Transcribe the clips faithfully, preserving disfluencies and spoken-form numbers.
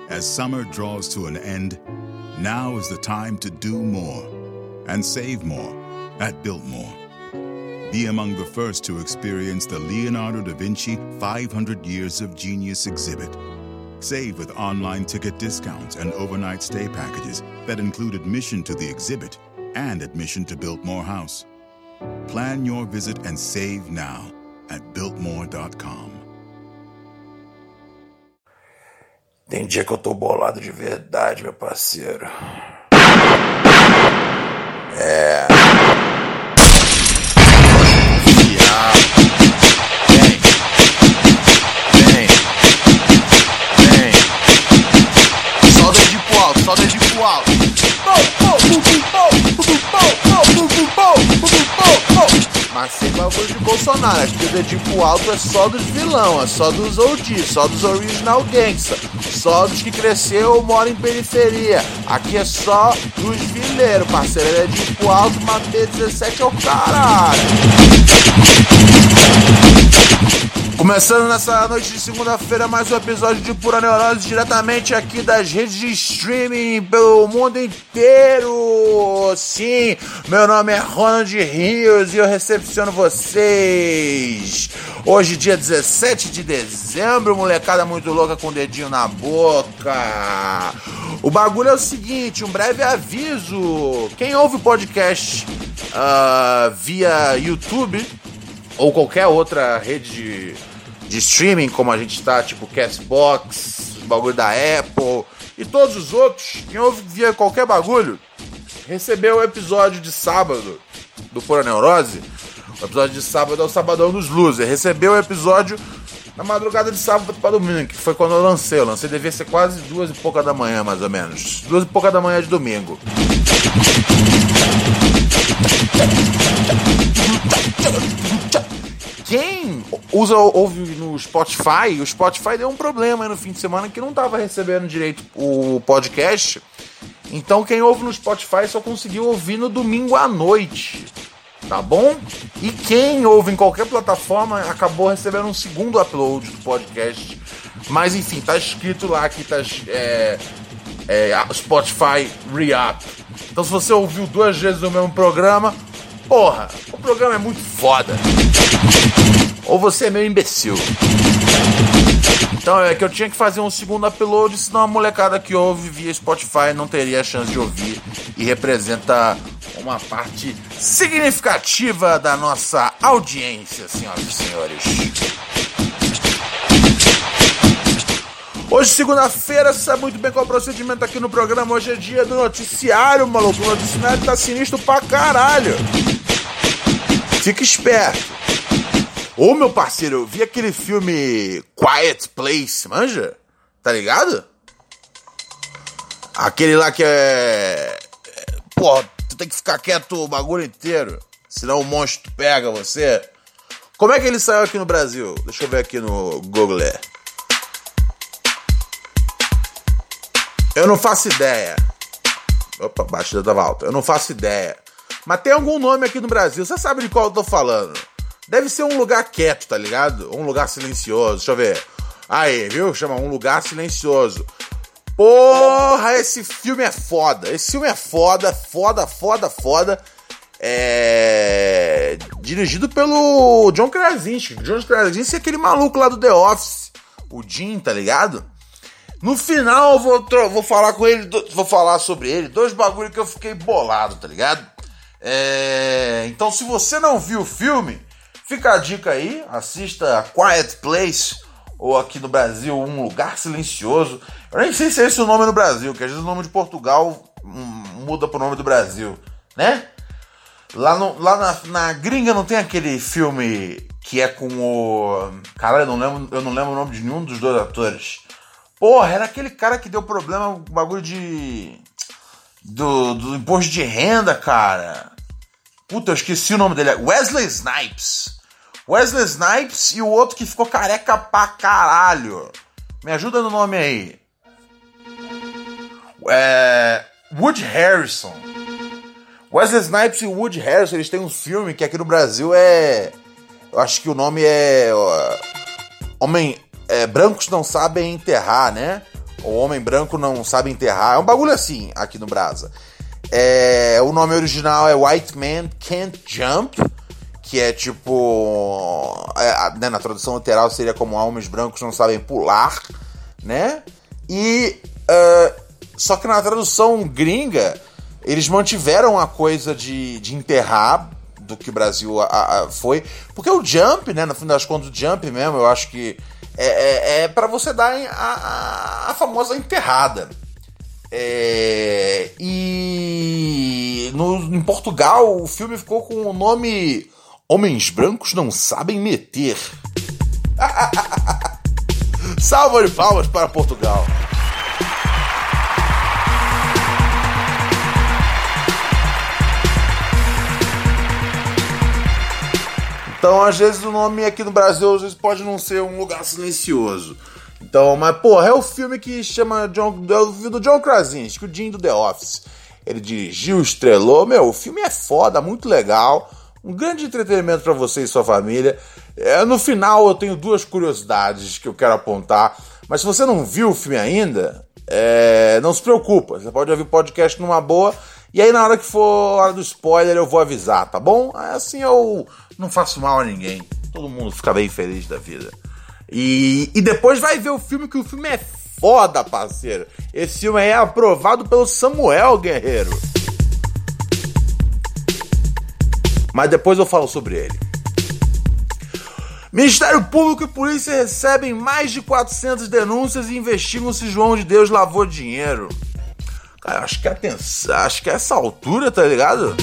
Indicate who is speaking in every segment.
Speaker 1: As summer draws to an end, now is the time to do more and save more at Biltmore. Be among the first to experience the Leonardo da Vinci five hundred Years of Genius exhibit. Save with online ticket discounts and overnight stay packages that include admission to the exhibit and admission to Biltmore House. Plan your visit and save now at Biltmore dot com.
Speaker 2: Tem dia que eu tô bolado de verdade, meu parceiro. É... Vem, vem, vem. Só o dedinho pro alto, só o dedinho pro alto. Mas sem bagulho de Bolsonaro, aqui o dedinho pro alto é só dos vilão, é só dos O G, só dos original gangsta, só dos que cresceu ou mora em periferia. Aqui é só dos vileiros, parceiro, é dedinho pro alto, mas B dezessete é o caralho. Começando nessa noite de segunda-feira, mais um episódio de Pura Neurose, diretamente aqui das redes de streaming pelo mundo inteiro. Sim, meu nome é Ronald Rios e eu recepciono vocês. Hoje, dia dezessete de dezembro, molecada muito louca com o dedinho na boca. O bagulho é o seguinte, um breve aviso. Quem ouve o podcast uh, via YouTube ou qualquer outra rede de, de streaming, como a gente tá, tipo Castbox, bagulho da Apple e todos os outros, quem ouve via qualquer bagulho, recebeu o episódio de sábado do Pura Neurose. O episódio de sábado é o Sabadão dos Losers. Recebeu o episódio na madrugada de sábado para domingo, que foi quando eu lancei. Eu lancei, devia ser quase duas e pouca da manhã, mais ou menos. Duas e pouca da manhã de domingo. Quem usa, ouve no Spotify, o Spotify deu um problema aí no fim de semana que não estava recebendo direito o podcast. Então quem ouve no Spotify só conseguiu ouvir no domingo à noite, tá bom? E quem ouve em qualquer plataforma acabou recebendo um segundo upload do podcast. Mas enfim, tá escrito lá que tá é, é, Spotify Re-Up. Então se você ouviu duas vezes o mesmo programa, porra, o programa é muito foda. Ou você é meio imbecil. Então é que eu tinha que fazer um segundo upload, senão a molecada que ouve via Spotify não teria a chance de ouvir. E representa uma parte significativa da nossa audiência, senhoras e senhores. Hoje, segunda-feira, você sabe muito bem qual é o procedimento aqui no programa. Hoje é dia do noticiário, maluco. O noticiário tá sinistro pra caralho. Fica esperto. Ô, meu parceiro, eu vi aquele filme Quiet Place, manja? Tá ligado? Aquele lá que é... Pô, tu tem que ficar quieto o bagulho inteiro, senão o monstro pega você. Como é que ele saiu aqui no Brasil? Deixa eu ver aqui no Google. Eu não faço ideia. Opa, a batida tava alta. Eu não faço ideia. Mas tem algum nome aqui no Brasil. Você sabe de qual eu tô falando? Deve ser um lugar quieto, tá ligado? Um lugar silencioso. Deixa eu ver. Aí, viu? Chama Um Lugar Silencioso. Porra, esse filme é foda. Esse filme é foda, foda, foda, foda. É... Dirigido pelo John Krasinski. John Krasinski é aquele maluco lá do The Office. O Jim, tá ligado? No final eu vou, tro- vou falar com ele, do- vou falar sobre ele. Dois bagulho que eu fiquei bolado, tá ligado? É... Então se você não viu o filme, fica a dica aí. Assista Quiet Place, ou aqui no Brasil, Um Lugar Silencioso. Eu nem sei se é esse o nome no Brasil, que às vezes o nome de Portugal hum, muda pro nome do Brasil, né? Lá, no, lá na, na gringa não tem aquele filme que é com o... Caralho, eu não lembro, eu não lembro o nome de nenhum dos dois atores. Porra, era aquele cara que deu problema, o bagulho de... Do, do imposto de renda, cara. Puta, eu esqueci o nome dele. Wesley Snipes. Wesley Snipes e o outro que ficou careca pra caralho. Me ajuda no nome aí. É... Woody Harrelson. Wesley Snipes e Woody Harrelson, eles têm um filme que aqui no Brasil é... Eu acho que o nome é... Homem... É, Brancos Não Sabem Enterrar, né? O homem branco não sabe enterrar. É um bagulho assim, aqui no Brasa. É, o nome original é White Man Can't Jump, que é tipo... É, né, na tradução literal seria como homens brancos não sabem pular, né? E... Uh, só que na tradução gringa, eles mantiveram a coisa de, de enterrar do que o Brasil a, a, foi. Porque o jump, né? No fim das contas, o jump mesmo, eu acho que é, é, é pra você dar a, a, a famosa enterrada. É, e no, em Portugal, o filme ficou com o nome Homens Brancos Não Sabem Meter. Salva de palmas para Portugal. Então, às vezes, o nome aqui no Brasil às vezes pode não ser um lugar silencioso. Então, mas, porra, é o filme que chama John, do John Krasinski, o Jim do The Office. Ele dirigiu, estrelou. Meu, o filme é foda, muito legal. Um grande entretenimento pra você e sua família. É, no final, eu tenho duas curiosidades que eu quero apontar. Mas se você não viu o filme ainda, é, não se preocupa. Você pode ouvir o podcast numa boa. E aí, na hora que for a hora do spoiler, eu vou avisar, tá bom? Assim eu não faço mal a ninguém. Todo mundo fica bem feliz da vida. E, e depois vai ver o filme, que o filme é foda, parceiro. Esse filme aí é aprovado pelo Samuel Guerreiro. Mas depois eu falo sobre ele. Ministério Público e Polícia recebem mais de quatrocentas denúncias e investigam se João de Deus lavou dinheiro. Cara, acho que, atenção, acho que essa altura, tá ligado?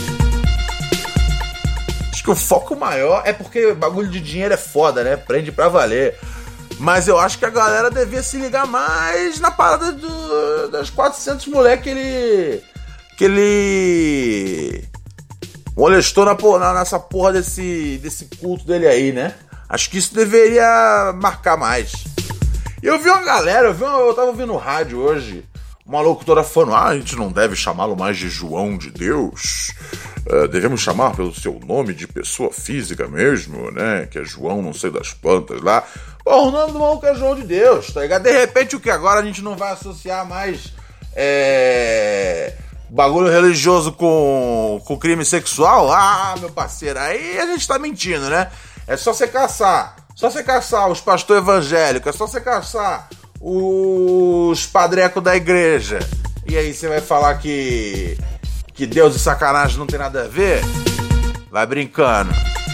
Speaker 2: Acho que o foco maior é porque bagulho de dinheiro é foda, né? Prende pra valer. Mas eu acho que a galera devia se ligar mais na parada do, das quatrocentas moleques que ele... Que ele... molestou na, na, nessa porra desse, desse culto dele aí, né? Acho que isso deveria marcar mais. E eu vi uma galera, eu, vi uma, eu tava ouvindo rádio hoje... Uma locutora falando, ah, a gente não deve chamá-lo mais de João de Deus, uh, devemos chamar pelo seu nome de pessoa física mesmo, né, que é João não sei das quantas lá. Pô, o nome do maluco é João de Deus, tá ligado? De repente o que agora a gente não vai associar mais é, bagulho religioso com, com crime sexual? Ah, meu parceiro, aí a gente tá mentindo, né? É só você caçar, só você caçar os pastores evangélicos, é só você caçar os padrecos da igreja. E aí você vai falar que que Deus e sacanagem não tem nada a ver? Vai brincando.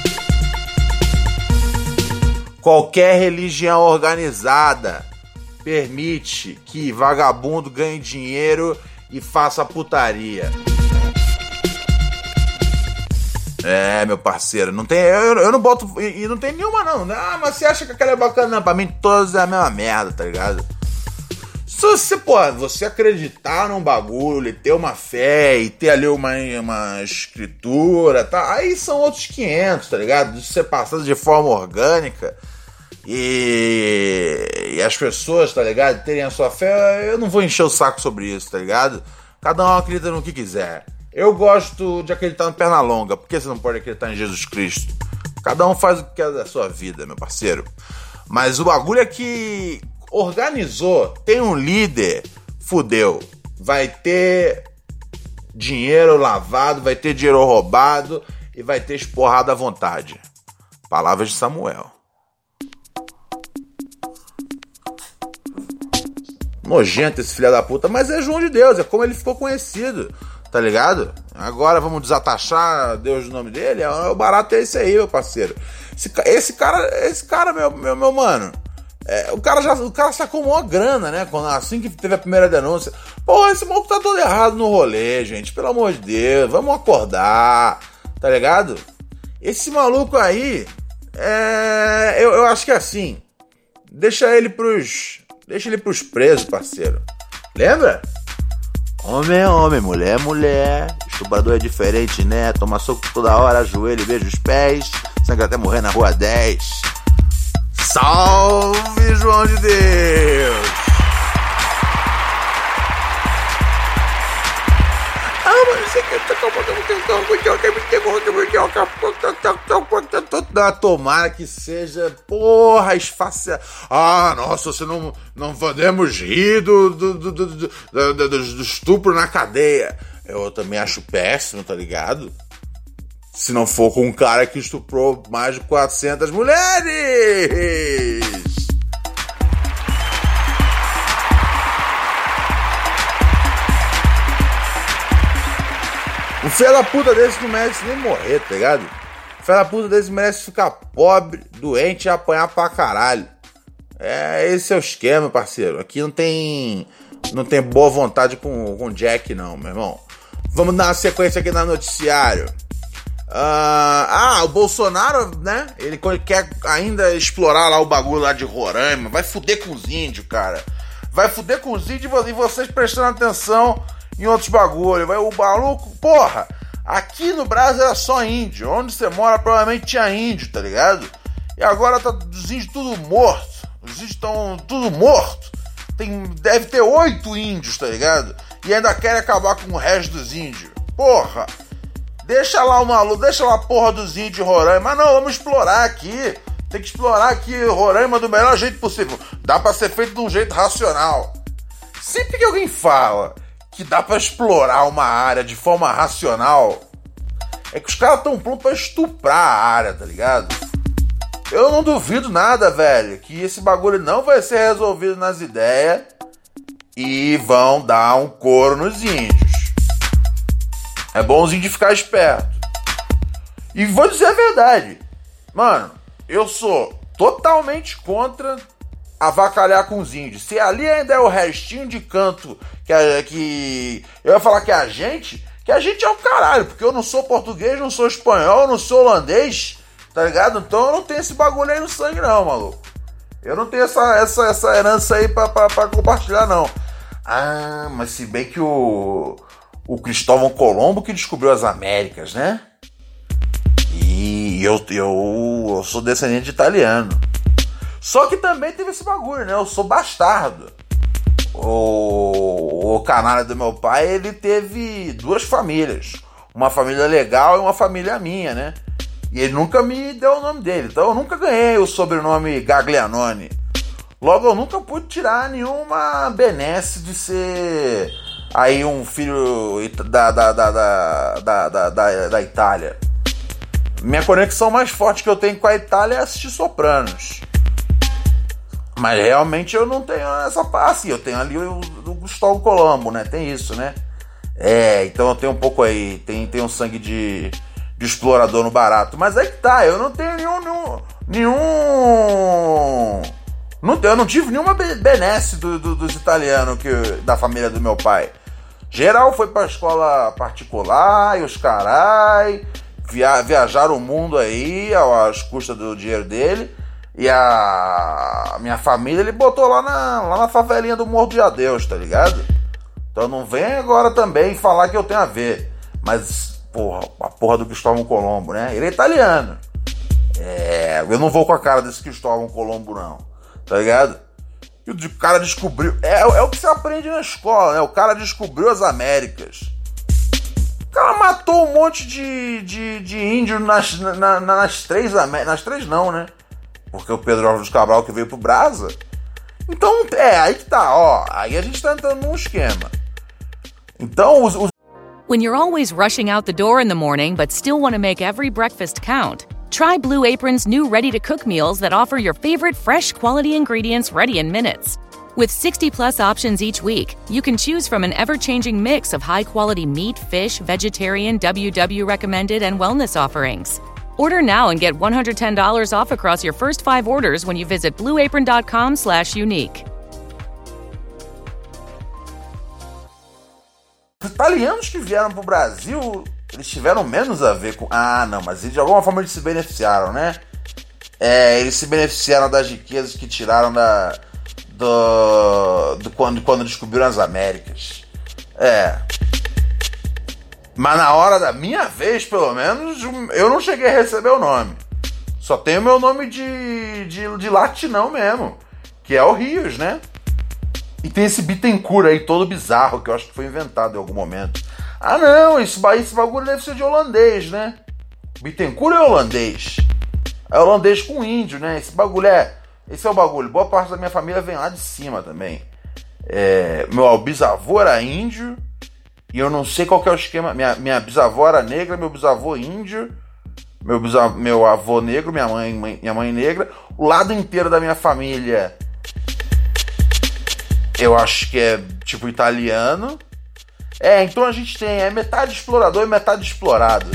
Speaker 2: Qualquer religião organizada permite que vagabundo ganhe dinheiro e faça putaria. É, meu parceiro, não tem, eu, eu não boto, e, e não tem nenhuma não, ah, mas você acha que aquela é bacana? Não, pra mim todas é a mesma merda, tá ligado? Se você, pô, você acreditar num bagulho, ter uma fé e ter ali uma, uma escritura, tá? Aí são outros quinhentos, tá ligado? De ser passado de forma orgânica e, e as pessoas, tá ligado? Terem a sua fé, eu não vou encher o saco sobre isso, tá ligado? Cada um acredita no que quiser. Eu gosto de acreditar no Pernalonga. Por que você não pode acreditar em Jesus Cristo? Cada um faz o que quer da sua vida, meu parceiro. Mas o bagulho é que organizou, tem um líder, fudeu. Vai ter dinheiro lavado, vai ter dinheiro roubado e vai ter esporrado à vontade. Palavras de Samuel. Nojento esse filho da puta, mas é João de Deus, é como ele ficou conhecido. Tá ligado? Agora vamos desatachar Deus do nome dele? O barato é esse aí, meu parceiro. Esse, esse cara, esse cara, meu, meu, meu mano, é, o cara já o cara sacou uma grana, né? Quando, assim que teve a primeira denúncia. Pô, esse maluco tá todo errado no rolê, gente. Pelo amor de Deus, vamos acordar. Tá ligado? Esse maluco aí, é, eu, eu acho que é assim. Deixa ele pros. Deixa ele pros presos, parceiro. Lembra? Homem é homem, mulher é mulher. Estuprador é diferente, né? Toma soco toda hora, ajoelha e beija os pés. Sangue até morrer na rua dez. Salve, João de Deus! Ah, mas você quer tocar o botão, Tomara que seja, porra, esfacia. Ah, nossa, você não, não podemos rir do, do, do, do, do, do, do estupro na cadeia. Eu também acho péssimo, tá ligado? Se não for com um cara que estuprou mais de quatrocentas mulheres. Um filho da puta desse não merece nem morrer, tá ligado? Um filho da puta desse merece ficar pobre, doente e apanhar pra caralho. É, esse é o esquema, parceiro. Aqui não tem não tem boa vontade com o Jack, não, meu irmão. Vamos dar uma sequência aqui no noticiário. Uh, ah, o Bolsonaro, né? Ele quer ainda explorar lá o bagulho lá de Roraima. Vai fuder com os índios, cara. Vai fuder com os índios e vocês prestando atenção em outros bagulho. Vai o maluco, porra, aqui no Brasil era só índio. Onde você mora provavelmente tinha índio, tá ligado? E agora tá os índios tudo morto. Os índios estão tudo morto. Tem, deve ter oito índios, tá ligado? E ainda querem acabar com o resto dos índios. Porra, deixa lá o maluco, deixa lá a porra dos índios de Roraima. Mas não, vamos explorar aqui. Tem que explorar aqui Roraima do melhor jeito possível. Dá pra ser feito de um jeito racional. Sempre que alguém fala que dá pra explorar uma área de forma racional, é que os caras tão prontos pra estuprar a área, tá ligado? Eu não duvido nada, velho, que esse bagulho não vai ser resolvido nas ideias e vão dar um couro nos índios. É bom os índios ficar espertos. E vou dizer a verdade, mano, eu sou totalmente contra avacalhar com os índios. Se ali ainda é o restinho de canto que, a, que eu ia falar que é a gente, que a gente é o caralho, porque eu não sou português, não sou espanhol, não sou holandês, tá ligado? Então eu não tenho esse bagulho aí no sangue não, maluco. Eu não tenho essa, essa, essa herança aí pra, pra, pra compartilhar não. Ah, mas se bem que o, o Cristóvão Colombo que descobriu as Américas, né? E eu, eu, eu sou descendente de italiano. Só que também teve esse bagulho, né? Eu sou bastardo. O, o canalha do meu pai, ele teve duas famílias. Uma família legal e uma família minha, né? E ele nunca me deu o nome dele. Então eu nunca ganhei o sobrenome Gaglianoni. Logo, eu nunca pude tirar nenhuma benesse de ser aí um filho da, da, da, da, da, da, da, da Itália. Minha conexão mais forte que eu tenho com a Itália é assistir Sopranos. Mas realmente eu não tenho essa parte. Eu tenho ali o, o Gustavo Colombo, né? Tem isso, né? É, então eu tenho um pouco aí. Tem, tem um sangue de, de explorador no barato. Mas aí que tá, eu não tenho nenhum. Nenhum. nenhum não, eu não tive nenhuma benesse do, do, dos italianos que, da família do meu pai. Geral foi pra escola particular e os carai. Via, viajaram o mundo aí às custas do dinheiro dele. E a minha família ele botou lá na, lá na favelinha do Morro de Adeus, tá ligado? Então não vem agora também falar que eu tenho a ver. Mas, porra, a porra do Cristóvão Colombo, né? Ele é italiano. É, eu não vou com a cara desse Cristóvão Colombo, não. Tá ligado? E o cara descobriu... É, é o que você aprende na escola, né? O cara descobriu as Américas. O cara matou um monte de, de, de índio nas, na, nas três Américas. Nas três não, né? Porque o Pedro Álvares Cabral que veio pro Brasa. Então, é, aí que tá, ó. Aí a gente tá entrando num esquema. Então, os... os...
Speaker 3: When you're always rushing out the door in the morning but still want to make every breakfast count, try Blue Apron's new ready-to-cook meals that offer your favorite fresh quality ingredients ready in minutes. With sixty plus options each week, you can choose from an ever-changing mix of high-quality meat, fish, vegetarian, W W recommended, and wellness offerings. Order now and get one hundred ten dollars off across your first five orders when you visit blue apron dot com slash unique.
Speaker 2: Os italianos que vieram pro Brasil, eles tiveram menos a ver com... Ah, não, mas de alguma forma eles se beneficiaram, né? É, eles se beneficiaram das riquezas que tiraram da... Do... do quando, quando descobriram as Américas. É... Mas na hora da minha vez, pelo menos, eu não cheguei a receber o nome. Só tem o meu nome de, de, de latinão mesmo, que é o Rios, né? E tem esse Bittencourt aí, todo bizarro, que eu acho que foi inventado em algum momento. Ah, não, esse, esse bagulho deve ser de holandês, né? Bittencourt é holandês. É holandês com índio, né? Esse bagulho é... Esse é o bagulho. Boa parte da minha família vem lá de cima também. É, meu bisavô era índio. E eu não sei qual que é o esquema. Minha, minha bisavó era negra, meu bisavô índio. Meu, bisavô, meu avô negro, minha mãe, mãe, minha mãe negra. O lado inteiro da minha família... Eu acho que é tipo italiano. É, então a gente tem é metade explorador e metade explorado.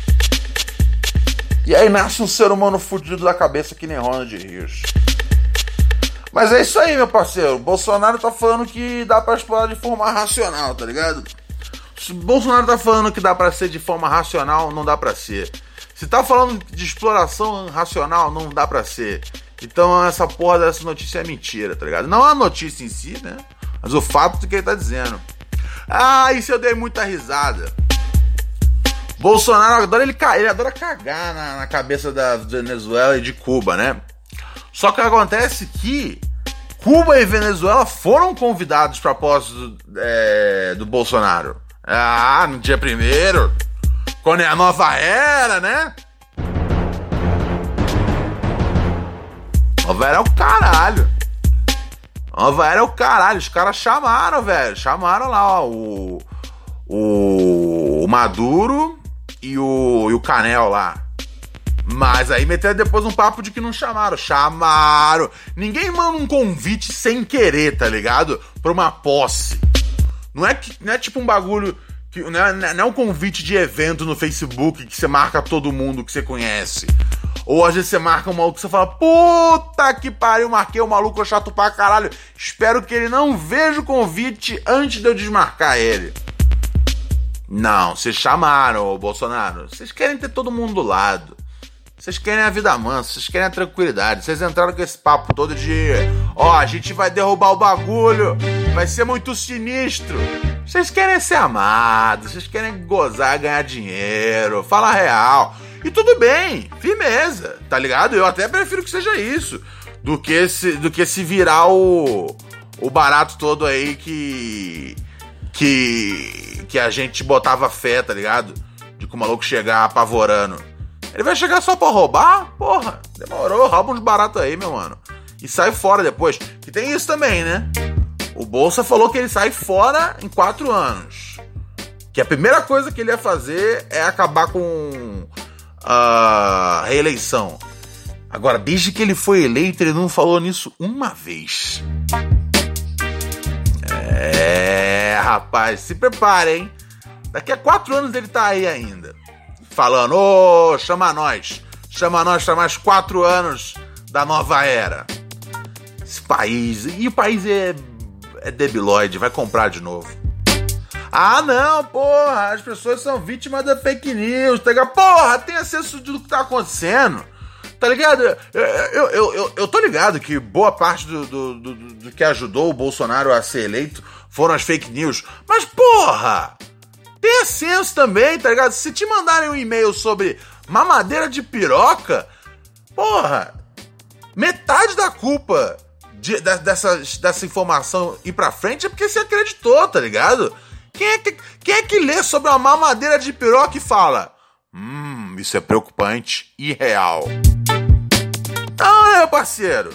Speaker 2: E aí nasce um ser humano fudido da cabeça que nem Ronald Rios. Mas é isso aí, meu parceiro. O Bolsonaro tá falando que dá pra explorar de forma racional, tá ligado? Se o Bolsonaro tá falando que dá pra ser de forma racional, não dá pra ser. Se tá falando de exploração racional, não dá pra ser. Então essa porra dessa notícia é mentira, tá ligado? Não a notícia em si, né? Mas o fato do que ele tá dizendo. Ah, isso eu dei muita risada. Bolsonaro adora, ele, ele adora cagar na, na cabeça da Venezuela e de Cuba, né? Só que acontece que Cuba e Venezuela foram convidados para a posse do, é, do Bolsonaro. Ah, no dia primeiro, quando é a nova era, né? Nova era é o caralho. Nova era é o caralho. Os caras chamaram, velho. Chamaram lá, ó, o, o, o Maduro e o, e o Canel lá. Mas aí meteram depois um papo de que não chamaram. Chamaram. Ninguém manda um convite sem querer, tá ligado? Pra uma posse. Não é, que, não é tipo um bagulho... Que, não, é, não é um convite de evento no Facebook que você marca todo mundo que você conhece. Ou às vezes você marca um maluco que você fala: puta que pariu, marquei o maluco chato pra caralho. Espero que ele não veja o convite antes de eu desmarcar ele. Não, vocês chamaram, Bolsonaro. Vocês querem ter todo mundo do lado. Vocês querem a vida mansa, vocês querem a tranquilidade. Vocês entraram com esse papo todo de: ó, a gente vai derrubar o bagulho, vai ser muito sinistro. Vocês querem ser amados, vocês querem gozar, ganhar dinheiro, falar real. E tudo bem, firmeza, tá ligado? Eu até prefiro que seja isso, do que se, do que se virar o, o barato todo aí que, que, que a gente botava fé, tá ligado? De que o maluco chegar apavorando. Ele vai chegar só pra roubar? Porra, demorou, rouba uns baratos aí, meu mano. E sai fora depois, que tem isso também, né? O Bolsa falou que ele sai fora em quatro anos. Que a primeira coisa que ele ia fazer é acabar com a reeleição. Agora, desde que ele foi eleito, ele não falou nisso uma vez. É, rapaz, se prepare, hein? Daqui a quatro anos ele tá aí ainda. Falando: ô, oh, chama nós. Chama nós pra mais quatro anos da nova era. Esse país... E o país é... é debilóide, vai comprar de novo. Ah, não, porra, as pessoas são vítimas da fake news, tá ligado? Porra, tem acesso do que tá acontecendo, tá ligado? Eu, eu, eu, eu, eu tô ligado que boa parte do, do, do, do que ajudou o Bolsonaro a ser eleito foram as fake news, mas porra, tenha senso também, tá ligado? Se te mandarem um e-mail sobre mamadeira de piroca, porra, metade da culpa de, de, dessa, dessa informação ir pra frente é porque você acreditou, tá ligado? Quem é, que, quem é que lê sobre uma mamadeira de piroca e fala: Hum, isso é preocupante e real. Não, né, meu parceiro?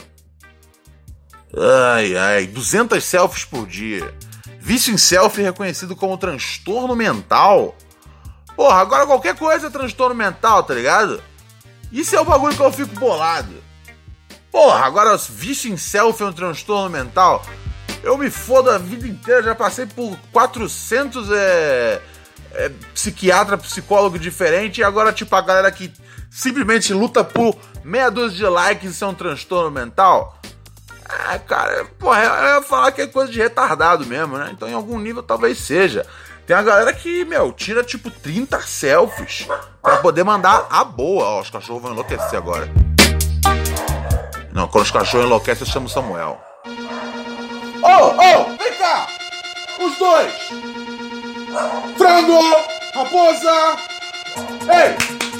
Speaker 2: Ai, ai, duzentas selfies por dia. Vício em selfie reconhecido como transtorno mental. Porra, agora qualquer coisa é transtorno mental, tá ligado? Isso é o bagulho que eu fico bolado. Porra, agora vício em selfie é um transtorno mental. Eu me fodo a vida inteira, já passei por quatrocentos é, é, psiquiatra, psicólogo diferente, e agora, tipo, a galera que simplesmente luta por meia dúzia de likes, isso é um transtorno mental? Ah, cara, porra, eu ia falar que é coisa de retardado mesmo, né? Então, em algum nível, talvez seja. Tem a galera que, meu, tira, tipo, trinta selfies pra poder mandar a boa. Ó, os cachorros vão enlouquecer agora. Não, quando os cachorros enlouquecem, eu chamo o Samuel. Ô, oh, ô, oh, vem cá! Os dois! Frango! Raposa! Ei!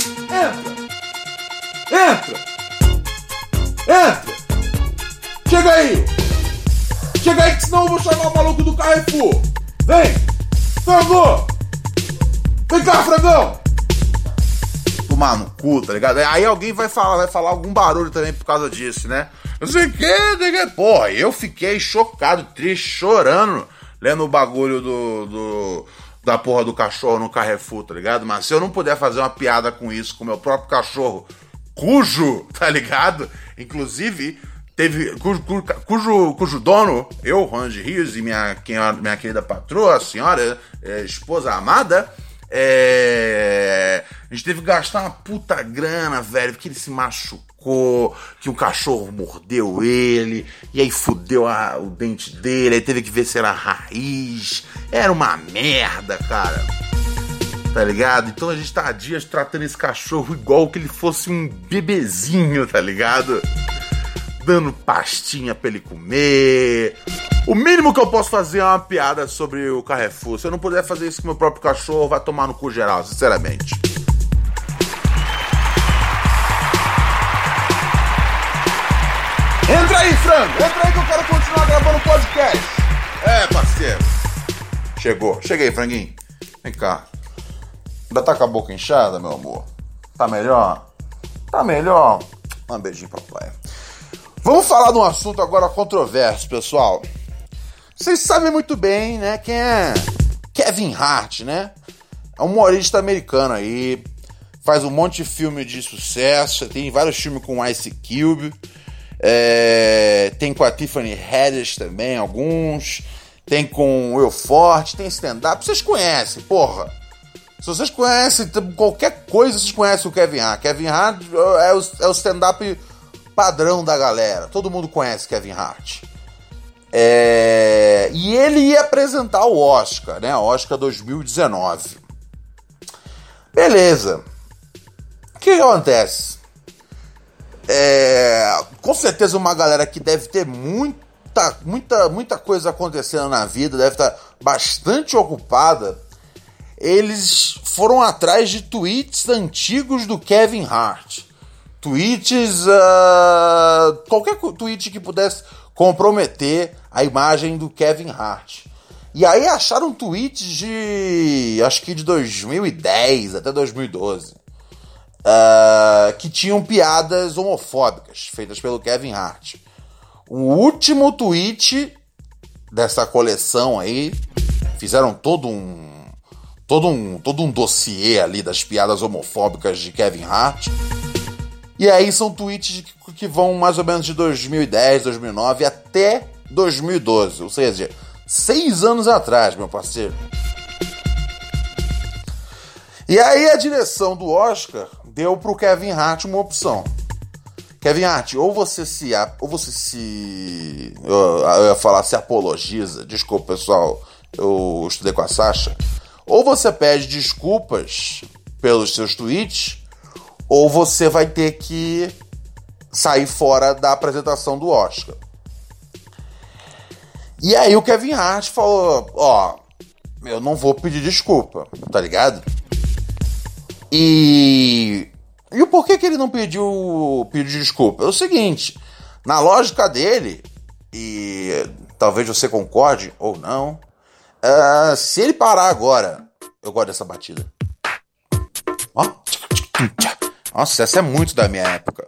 Speaker 2: Entra! Entra! Entra! Chega aí! Chega aí que senão eu vou chamar o maluco do Carrefour! Vem! Frango! Vem cá, frangão! O tomar no cu, tá ligado? Aí alguém vai falar, vai falar algum barulho também por causa disso, né? Não sei o que, porra, eu fiquei chocado, triste, chorando, lendo o bagulho do, do, da porra do cachorro no Carrefour, tá ligado? Mas se eu não puder fazer uma piada com isso, com o meu próprio cachorro, cujo, tá ligado? Inclusive, teve, cujo, cujo, cujo dono, eu, Ronald Rios, e minha, minha querida patroa, a senhora, é, esposa amada, é, a gente teve que gastar uma puta grana, velho, porque ele se machucou, que um cachorro mordeu ele, e aí fudeu a, o dente dele, aí teve que ver se era raiz, era uma merda, cara, tá ligado? Então a gente tá há dias tratando esse cachorro igual que ele fosse um bebezinho, tá ligado? Dando pastinha pra ele comer. O mínimo que eu posso fazer é uma piada sobre o Carrefour. Se eu não puder fazer isso com o meu próprio cachorro, vai tomar no cu geral, sinceramente. Entra aí, frango! Entra aí que eu quero continuar gravando o podcast. É, parceiro. Chegou. Cheguei, franguinho. Vem cá. Ainda tá com a boca inchada, meu amor? Tá melhor? Tá melhor? Um beijinho pra praia. Vamos falar de um assunto agora controverso, pessoal. Vocês sabem muito bem, né, quem é Kevin Hart, né? É um humorista americano aí, faz um monte de filme de sucesso, tem vários filmes com Ice Cube, é, tem com a Tiffany Haddish também, alguns, tem com Will Forte, tem stand-up, vocês conhecem, porra. Se vocês conhecem qualquer coisa, vocês conhecem o Kevin Hart. Kevin Hart é o, é o stand-up padrão da galera. Todo mundo conhece Kevin Hart. É... E ele ia apresentar o Oscar, né? Oscar dois mil e dezenove. Beleza. O que acontece? É... Com certeza uma galera que deve ter muita, muita, muita coisa acontecendo na vida, deve estar bastante ocupada. Eles foram atrás de tweets antigos do Kevin Hart. Tweets, uh, qualquer tweet que pudesse comprometer a imagem do Kevin Hart. E aí acharam tweets de, acho que de dois mil e dez até dois mil e doze, uh, que tinham piadas homofóbicas feitas pelo Kevin Hart. O último tweet dessa coleção aí, fizeram todo um, todo um, todo um dossiê ali das piadas homofóbicas de Kevin Hart. E aí são tweets que vão mais ou menos de dois mil e dez, dois mil e nove até dois mil e doze. Ou seja, seis anos atrás, meu parceiro. E aí a direção do Oscar deu pro Kevin Hart uma opção. Kevin Hart, ou você se... Ou você se... Eu, eu ia falar se apologiza. Desculpa, pessoal. Eu estudei com a Sasha. Ou você pede desculpas pelos seus tweets, ou você vai ter que sair fora da apresentação do Oscar. E aí o Kevin Hart falou, ó, eu não vou pedir desculpa, tá ligado? E, e o porquê que ele não pediu, pediu desculpa? É o seguinte, na lógica dele, e talvez você concorde ou não, uh, se ele parar agora, eu gosto dessa batida. Ó, nossa, essa é muito da minha época.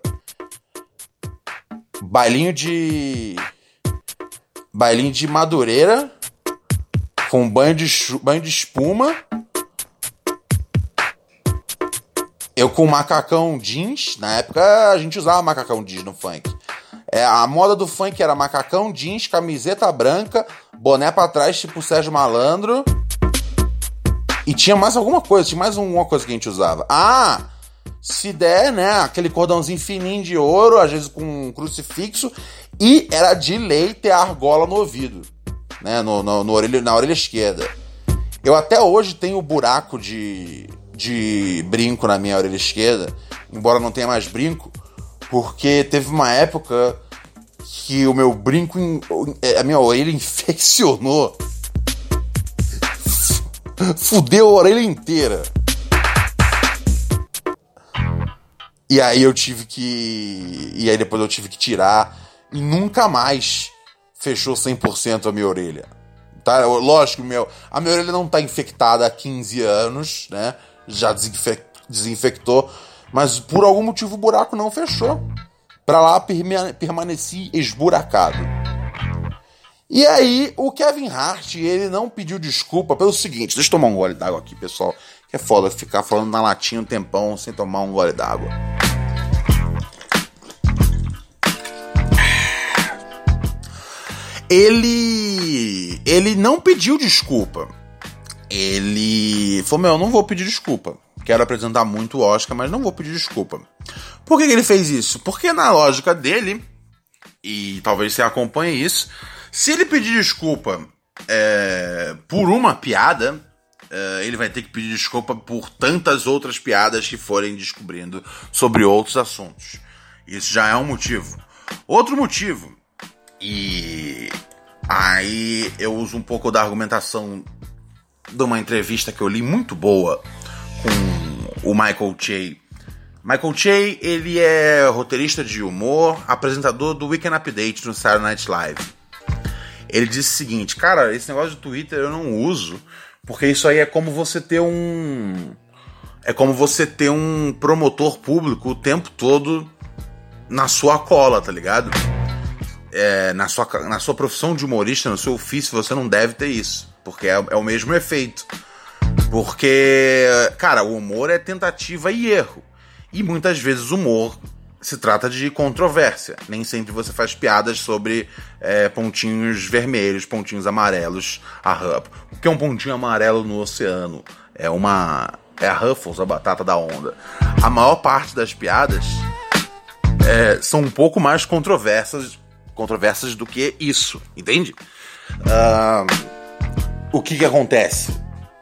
Speaker 2: Bailinho de... Bailinho de Madureira, com banho de, chu... banho de espuma. Eu com macacão jeans. Na época a gente usava macacão jeans no funk. É, a moda do funk era macacão jeans, camiseta branca, boné pra trás, tipo Sérgio Malandro. E tinha mais alguma coisa, tinha mais uma coisa que a gente usava. Ah... Se der, né, aquele cordãozinho fininho de ouro, às vezes com um crucifixo, e era de lei ter a argola no ouvido, né, no, no, no orelha, na orelha esquerda. Eu até hoje tenho buraco de, de brinco na minha orelha esquerda, embora não tenha mais brinco, porque teve uma época que o meu brinco, a minha orelha infeccionou, fudeu a orelha inteira. E aí eu tive que... E aí depois eu tive que tirar. E nunca mais fechou cem por cento a minha orelha. Tá? Lógico, meu, a minha orelha não tá infectada há quinze anos, né? Já desinfec... desinfectou. mas por algum motivo o buraco não fechou. Pra lá permaneci esburacado. E aí o Kevin Hart, ele não pediu desculpa pelo seguinte, deixa eu tomar um gole d'água aqui, pessoal, que é foda ficar falando na latinha um tempão sem tomar um gole d'água. Ele, ele não pediu desculpa. Ele falou, meu, eu não vou pedir desculpa. Quero apresentar muito o Oscar, mas não vou pedir desculpa. Por que, que ele fez isso? Porque na lógica dele, e talvez você acompanhe isso, se ele pedir desculpa é, por uma piada, é, ele vai ter que pedir desculpa por tantas outras piadas que forem descobrindo sobre outros assuntos. Isso já é um motivo. Outro motivo, e aí eu uso um pouco da argumentação de uma entrevista que eu li muito boa com o Michael Che. Michael Che, ele é roteirista de humor, apresentador do Weekend Update no Saturday Night Live. Ele disse o seguinte, cara, esse negócio de Twitter eu não uso, porque isso aí é como você ter um... É como você ter um promotor público o tempo todo na sua cola, tá ligado? É, na, sua, na sua profissão de humorista, no seu ofício, você não deve ter isso. Porque é, é o mesmo efeito. Porque, cara, o humor é tentativa e erro. E muitas vezes o humor se trata de controvérsia. Nem sempre você faz piadas sobre é, pontinhos vermelhos, pontinhos amarelos. A, o que é um pontinho amarelo no oceano? É uma... É a Ruffles, a batata da onda. A maior parte das piadas é, são um pouco mais controversas, controversas do que isso, entende? Uh, o que que acontece?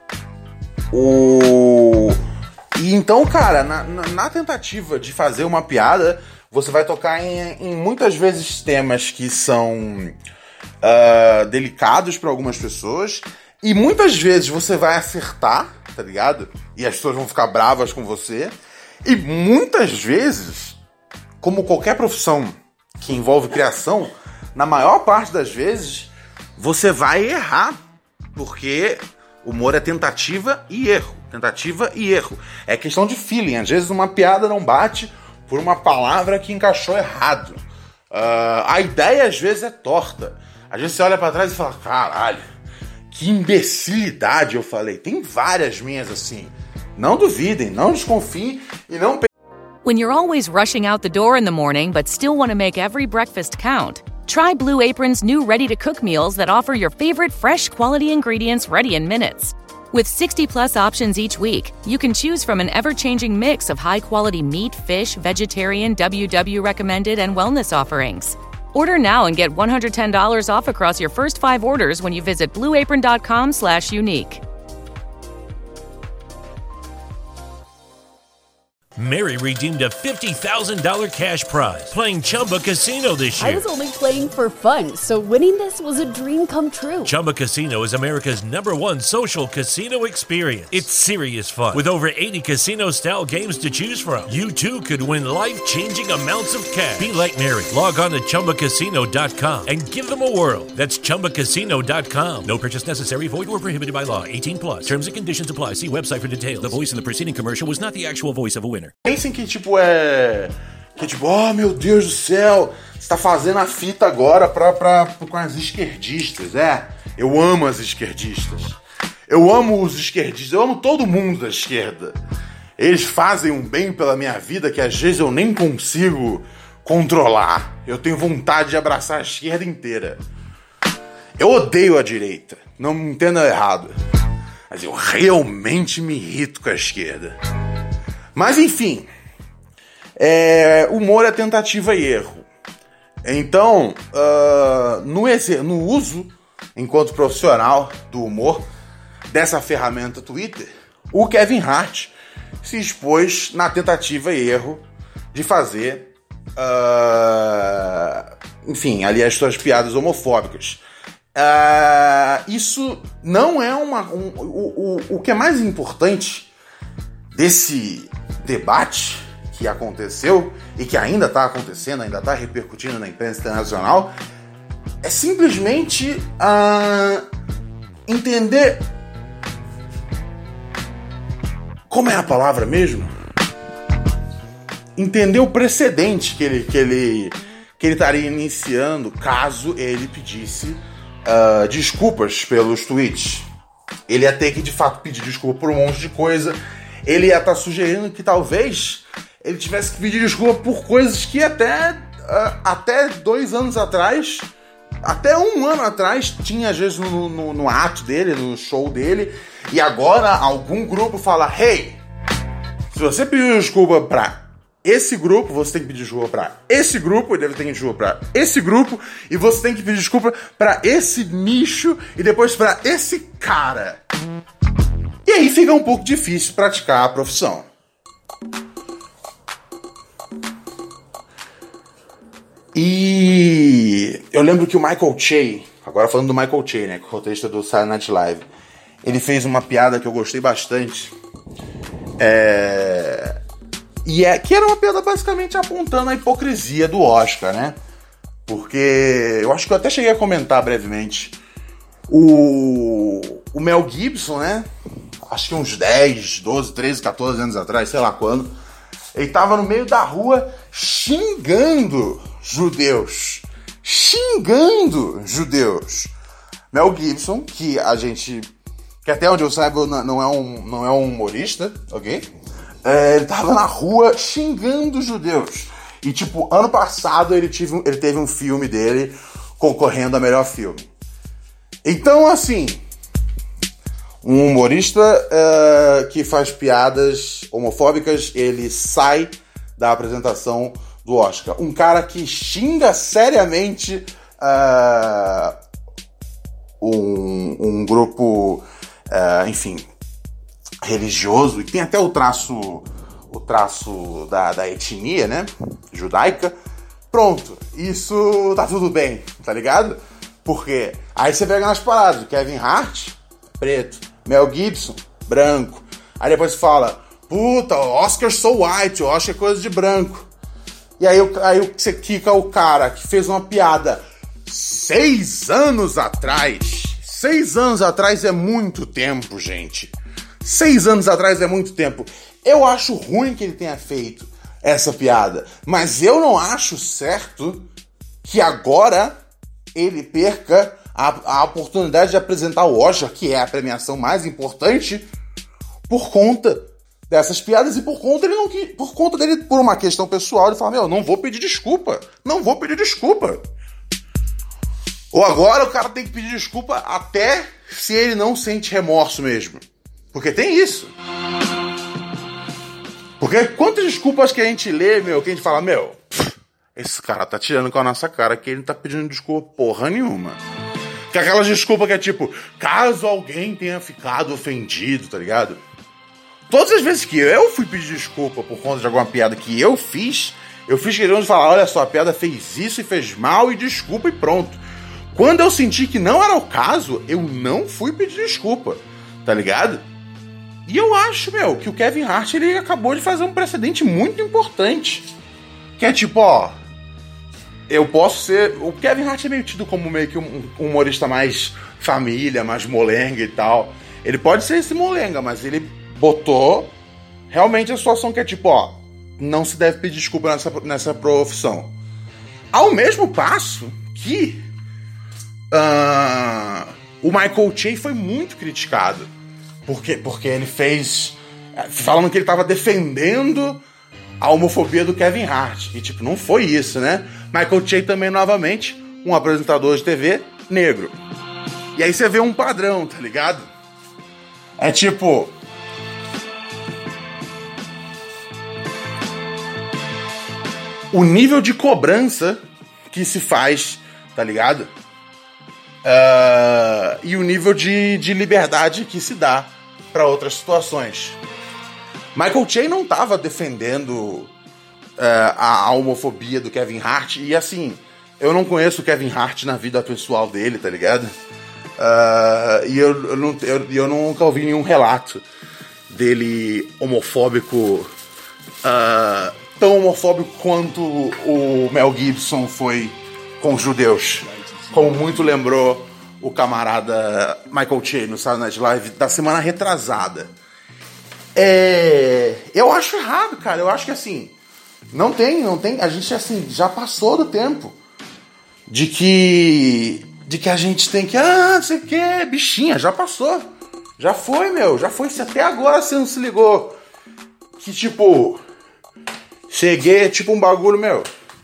Speaker 2: O... E então, cara, na, na, na tentativa de fazer uma piada, você vai tocar em, em muitas vezes temas que são uh, delicados para algumas pessoas, e muitas vezes você vai acertar, tá ligado? E as pessoas vão ficar bravas com você, e muitas vezes, como qualquer profissão que envolve criação, na maior parte das vezes, você vai errar, porque humor é tentativa e erro. Tentativa e erro. É questão de feeling. Às vezes uma piada não bate por uma palavra que encaixou errado. Uh, a ideia às vezes é torta. Às vezes você olha pra trás e fala, caralho, que imbecilidade eu falei. Tem várias minhas assim. Não duvidem, não desconfiem e não...
Speaker 3: When you're always rushing out the door in the morning but still want to make every breakfast count, try Blue Apron's new ready-to-cook meals that offer your favorite fresh quality ingredients ready in minutes. With sixty plus options each week, you can choose from an ever-changing mix of high-quality meat, fish, vegetarian, W W recommended, and wellness offerings. Order now and get one hundred ten dollars off across your first five orders when you visit blueapron.com slash unique.
Speaker 4: Mary redeemed a fifty thousand dollars cash prize playing Chumba Casino this year.
Speaker 5: I was only playing for fun, so winning this was a dream come true.
Speaker 4: Chumba Casino is America's number one social casino experience. It's serious fun. With over eighty casino-style games to choose from, you too could win life-changing amounts of cash. Be like Mary. Log on to chumba casino dot com and give them a whirl. That's chumba casino dot com. No purchase necessary. Void or prohibited by law. eighteen plus. Terms and conditions apply. See website for details. The voice in the preceding commercial was not the actual voice of a winner.
Speaker 2: Pensem que tipo é... Que tipo, oh meu Deus do céu, você tá fazendo a fita agora pra, pra, com as esquerdistas, é? Eu amo as esquerdistas. Eu amo os esquerdistas, eu amo todo mundo da esquerda. Eles fazem um bem pela minha vida que às vezes eu nem consigo controlar. Eu tenho vontade de abraçar a esquerda inteira. Eu odeio a direita, não me entenda errado. Mas eu realmente me irrito com a esquerda. Mas enfim, é, humor é tentativa e erro. Então, uh, no, no uso, enquanto profissional do humor, dessa ferramenta Twitter, o Kevin Hart se expôs na tentativa e erro de fazer, uh, enfim, ali as suas piadas homofóbicas. Uh, isso não é uma... Um, o, o, o que é mais importante desse debate que aconteceu e que ainda está acontecendo, ainda está repercutindo na imprensa internacional, é simplesmente uh, entender... Como é a palavra mesmo? entender o precedente que ele, que ele, que ele estaria iniciando caso ele pedisse uh, desculpas pelos tweets. Ele ia ter que, de fato, pedir desculpa por um monte de coisa. Ele ia estar sugerindo que talvez ele tivesse que pedir desculpa por coisas que até, uh, até dois anos atrás, até um ano atrás, tinha às vezes no, no, no ato dele, no show dele, e agora algum grupo fala: hey, se você pediu desculpa pra esse grupo, você tem que pedir desculpa pra esse grupo, e deve ter que pedir desculpa pra esse grupo, e você tem que pedir desculpa pra esse nicho, e depois pra esse cara. E aí fica um pouco difícil praticar a profissão. E eu lembro que o Michael Che, agora falando do Michael Che, né, que é o roteirista do Saturday Night Live, ele fez uma piada que eu gostei bastante, é... e é que era uma piada basicamente apontando a hipocrisia do Oscar, né? Porque eu acho que eu até cheguei a comentar brevemente. O, o Mel Gibson, né? Acho que uns dez, doze, treze, catorze anos atrás, sei lá quando, ele tava no meio da rua xingando judeus. Xingando judeus. Mel Gibson, que a gente... que até onde eu saiba não é um, não é um humorista, ok? É, ele tava na rua xingando judeus. E, tipo, ano passado ele, tive, ele teve um filme dele concorrendo a melhor filme. Então, assim... um humorista uh, que faz piadas homofóbicas, ele sai da apresentação do Oscar. Um cara que xinga seriamente uh, um, um grupo, uh, enfim, religioso, e tem até o traço, o traço da, da etnia, né, judaica. Pronto, isso tá tudo bem, tá ligado? Porque aí você pega nas paradas, o Kevin Hart, preto, Mel Gibson, branco. Aí depois fala, puta, Oscar so white, Oscar é coisa de branco. E aí, aí você quica o cara que fez uma piada seis anos atrás. Seis anos atrás é muito tempo, gente. Seis anos atrás é muito tempo. Eu acho ruim que ele tenha feito essa piada, mas eu não acho certo que agora ele perca a, a oportunidade de apresentar o Oscar, que é a premiação mais importante, por conta dessas piadas e por conta, ele não, por conta dele, por uma questão pessoal, ele fala, meu, não vou pedir desculpa, não vou pedir desculpa. Ou agora o cara tem que pedir desculpa até se ele não sente remorso mesmo. Porque tem isso. Porque quantas desculpas que a gente lê, meu, que a gente fala, meu, esse cara tá tirando com a nossa cara que ele não tá pedindo desculpa porra nenhuma. Que é aquelas desculpas que é tipo, caso alguém tenha ficado ofendido, tá ligado? Todas as vezes que eu fui pedir desculpa por conta de alguma piada que eu fiz, eu fiz querendo falar, olha só, a piada fez isso e fez mal e desculpa e pronto. Quando eu senti que não era o caso, eu não fui pedir desculpa, tá ligado? E eu acho, meu, que o Kevin Hart, ele acabou de fazer um precedente muito importante. Que é tipo, ó, eu posso ser... O Kevin Hart é meio tido como meio que um humorista mais família, mais molenga e tal. Ele pode ser esse molenga, mas ele botou realmente a situação que é tipo, ó, não se deve pedir desculpa nessa, nessa profissão. Ao mesmo passo que uh, o Michael Che foi muito criticado. Porque, porque ele fez... falando que ele tava defendendo a homofobia do Kevin Hart. E, tipo, não foi isso, né? Michael Che também, novamente, um apresentador de T V negro. E aí você vê um padrão, tá ligado? É tipo... o nível de cobrança que se faz, tá ligado? Uh, e o nível de, de liberdade que se dá para outras situações. Michael Che não tava defendendo uh, a, a homofobia do Kevin Hart. E assim, eu não conheço o Kevin Hart na vida pessoal dele, tá ligado? Uh, e eu, eu, não, eu, eu nunca ouvi nenhum relato dele homofóbico, uh, tão homofóbico quanto o Mel Gibson foi com os judeus. Como muito lembrou o camarada Michael Che no Saturday Night Live da semana retrasada. É... eu acho errado, cara. Eu acho que assim, Não tem, não tem. A gente, assim, já passou do tempo de que de que a gente tem que, ah, não sei o que, bichinha, já passou. Já foi, meu, já foi. Se até agora você não se ligou que, tipo, cheguei, é tipo um bagulho, meu.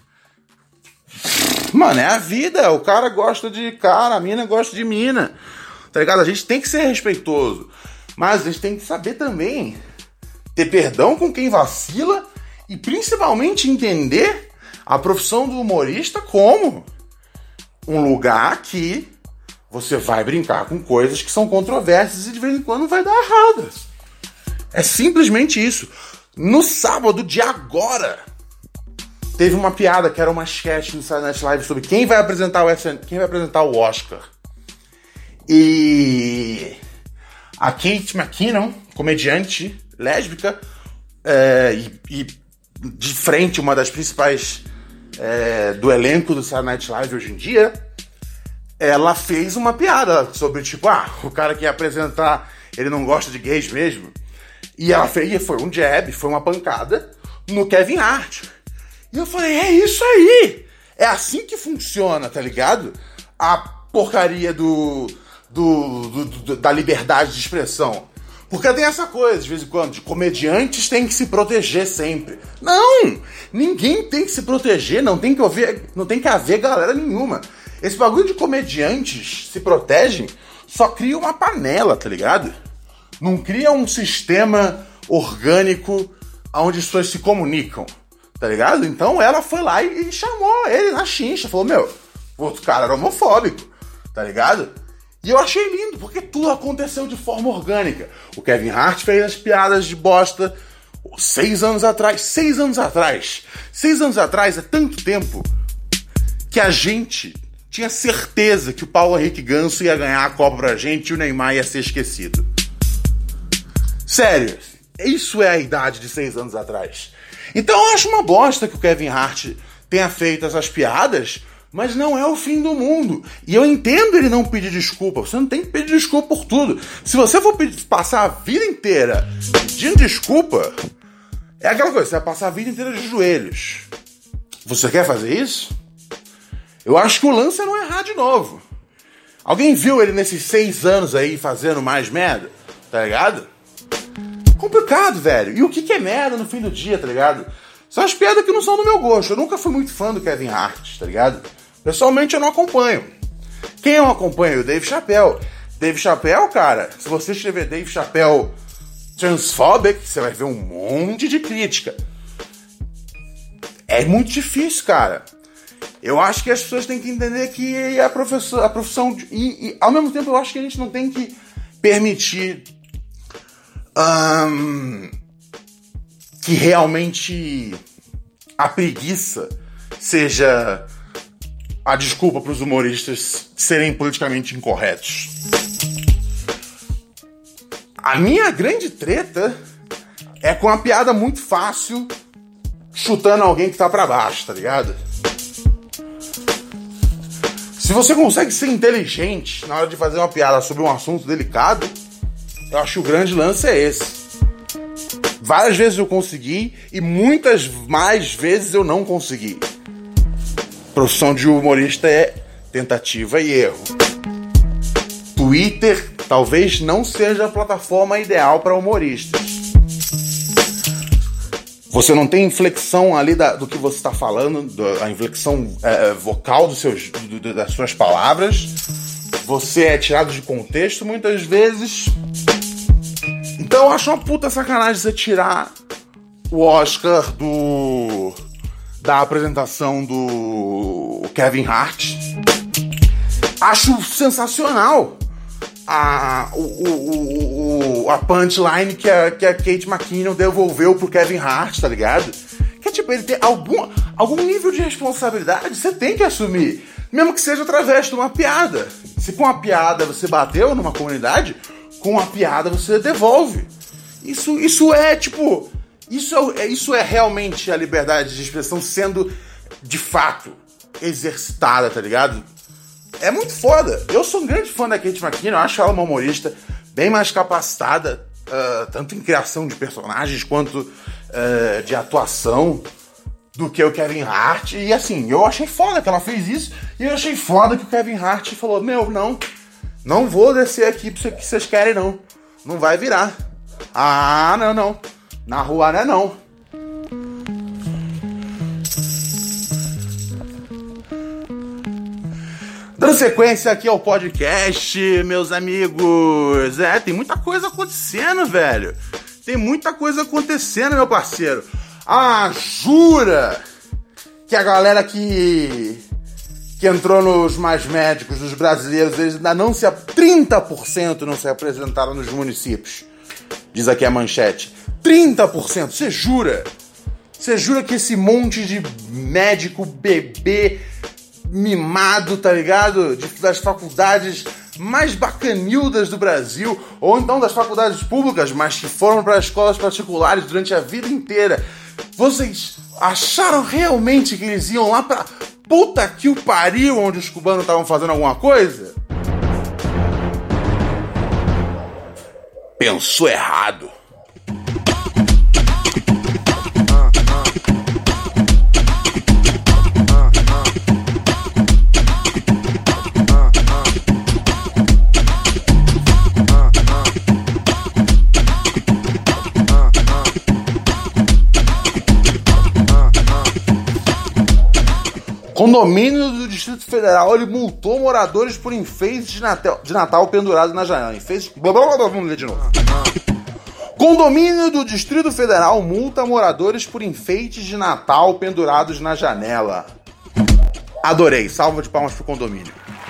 Speaker 2: Mano, é a vida. O cara gosta de cara, a mina gosta de mina. Tá ligado? A gente tem que ser respeitoso. Mas a gente tem que saber também ter perdão com quem vacila e principalmente entender a profissão do humorista como um lugar que você vai brincar com coisas que são controversas e de vez em quando vai dar errado. É simplesmente isso. No sábado de agora, teve uma piada que era uma sketch no Saturday Night Live sobre quem vai apresentar o, quem vai apresentar o Oscar. E a Kate McKinnon, comediante lésbica, é, e, e de frente uma das principais é, do elenco do Saturday Night Live hoje em dia, ela fez uma piada sobre, tipo, ah, o cara que ia apresentar, ele não gosta de gays mesmo. E ela fez, foi um jab, foi uma pancada no Kevin Hart. E eu falei, é isso aí! É assim que funciona, tá ligado? A porcaria do, do, do, do da liberdade de expressão. Porque tem essa coisa, de vez em quando, de comediantes têm que se proteger sempre. Não! Ninguém tem que se proteger, não tem que haver, não tem que haver galera nenhuma. Esse bagulho de comediantes se protegem só cria uma panela, tá ligado? Não cria um sistema orgânico onde as pessoas se comunicam, tá ligado? Então ela foi lá e, e chamou ele na chincha, falou, meu, o outro cara era homofóbico, tá ligado? E eu achei lindo, porque tudo aconteceu de forma orgânica. O Kevin Hart fez as piadas de bosta seis anos atrás. Seis anos atrás. Seis anos atrás é tanto tempo que a gente tinha certeza que o Paulo Henrique Ganso ia ganhar a Copa pra gente e o Neymar ia ser esquecido. Sério, isso é a idade de seis anos atrás. Então eu acho uma bosta que o Kevin Hart tenha feito essas piadas, mas não é o fim do mundo. E eu entendo ele não pedir desculpa. Você não tem que pedir desculpa por tudo. Se você for pedir, passar a vida inteira pedindo desculpa, é aquela coisa, você vai passar a vida inteira de joelhos. Você quer fazer isso? Eu acho que o lance é não errar de novo. Alguém viu ele nesses seis anos aí fazendo mais merda? Tá ligado? Complicado, velho. E o que que é merda no fim do dia, tá ligado? São as piadas que não são do meu gosto. Eu nunca fui muito fã do Kevin Hart, tá ligado? Pessoalmente eu não acompanho. Quem eu acompanho? O Dave Chappelle. Dave Chappelle, cara, se você escrever Dave Chappelle transphobic, você vai ver um monte de crítica. É muito difícil, cara. Eu acho que as pessoas têm que entender que a, professor, a profissão... De, e, e, ao mesmo tempo, eu acho que a gente não tem que permitir um, que realmente a preguiça seja a desculpa para os humoristas serem politicamente incorretos. A minha grande treta é com uma piada muito fácil chutando alguém que tá pra baixo, tá ligado? Se você consegue ser inteligente na hora de fazer uma piada sobre um assunto delicado, eu acho que o grande lance é esse. Várias vezes eu consegui e muitas mais vezes eu não consegui. Profissão de humorista é tentativa e erro. Twitter talvez não seja a plataforma ideal para humoristas. Você não tem inflexão ali da, do que você está falando, do, a inflexão é, vocal dos seus, do, das suas palavras. Você é tirado de contexto muitas vezes. Então eu acho uma puta sacanagem você tirar o Oscar do, da apresentação do Kevin Hart. Acho sensacional a, o, o, o, a punchline que a, que a Kate McKinnon devolveu pro Kevin Hart, tá ligado? Que é tipo, ele tem algum, algum nível de responsabilidade, você tem que assumir, mesmo que seja através de uma piada. Se com a piada você bateu numa comunidade, com a piada você devolve. Isso, isso é tipo, isso é, isso é realmente a liberdade de expressão sendo de fato exercitada, tá ligado? É muito foda. Eu sou um grande fã da Kate McKinnon, eu acho ela uma humorista bem mais capacitada, uh, tanto em criação de personagens quanto uh, de atuação. do que o Kevin Hart. E assim, eu achei foda que ela fez isso. E eu achei foda que o Kevin Hart falou, meu, não, não vou descer aqui pra que vocês querem, não. Não vai virar. Ah, não, não. Na rua não é não. Dando sequência aqui ao podcast, meus amigos. É, tem muita coisa acontecendo, velho. Tem muita coisa acontecendo, meu parceiro. Ah, jura que a galera que, que entrou nos Mais Médicos, dos brasileiros, eles ainda não se... trinta por cento não se apresentaram nos municípios. Diz aqui a manchete. trinta por cento, você jura? Você jura que esse monte de médico, bebê... mimado, tá ligado? De, das faculdades mais bacanildas do Brasil, ou então das faculdades públicas, mas que foram para escolas particulares durante a vida inteira. Vocês acharam realmente que eles iam lá pra puta que o pariu, onde os cubanos estavam fazendo alguma coisa? Pensou errado. Condomínio do Distrito Federal, ele multou moradores por enfeites de Natal, de Natal pendurados na janela. Enfeites... Blá, blá, blá, blá, vamos ler de novo. Condomínio do Distrito Federal multa moradores por enfeites de Natal pendurados na janela. Adorei. Salva de palmas pro condomínio.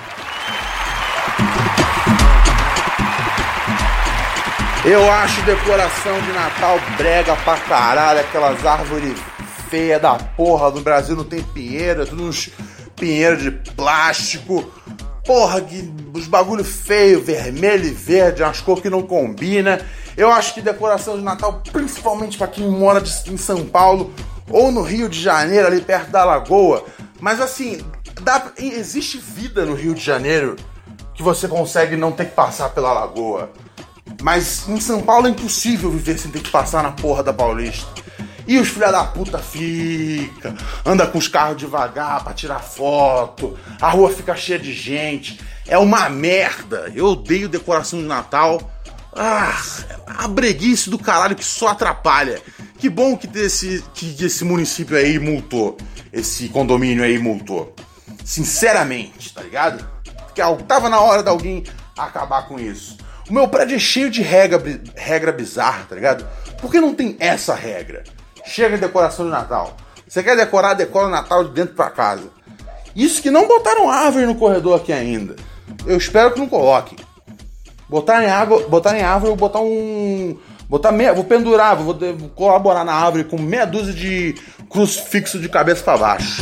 Speaker 2: Eu acho decoração de Natal brega pra caralho, aquelas árvores feia da porra do Brasil, não tem pinheiro, é tudo uns pinheiros de plástico, porra, que os bagulho feio, vermelho e verde, umas cores que não combina. Eu acho que decoração de Natal, principalmente pra quem mora de, em São Paulo ou no Rio de Janeiro, ali perto da Lagoa, mas assim, dá, existe vida no Rio de Janeiro que você consegue não ter que passar pela Lagoa, mas em São Paulo é impossível viver sem ter que passar na porra da Paulista. E os filha da puta fica, anda com os carros devagar pra tirar foto, a rua fica cheia de gente, é uma merda. Eu odeio decoração de Natal. Ah, a breguice do caralho que só atrapalha. Que bom que esse, que esse município aí multou, esse condomínio aí multou. Sinceramente, tá ligado? Porque tava na hora de alguém acabar com isso. O meu prédio é cheio de regra, regra bizarra, tá ligado? Por que não tem essa regra? Chega de decoração de Natal. Você quer decorar, decora o Natal de dentro pra casa. Isso que não botaram árvore no corredor aqui ainda. Eu espero que não coloquem. Botarem água, botarem árvore, eu vou botar um... Botar meia, vou pendurar, vou, vou colaborar na árvore com meia dúzia de crucifixo de cabeça pra baixo.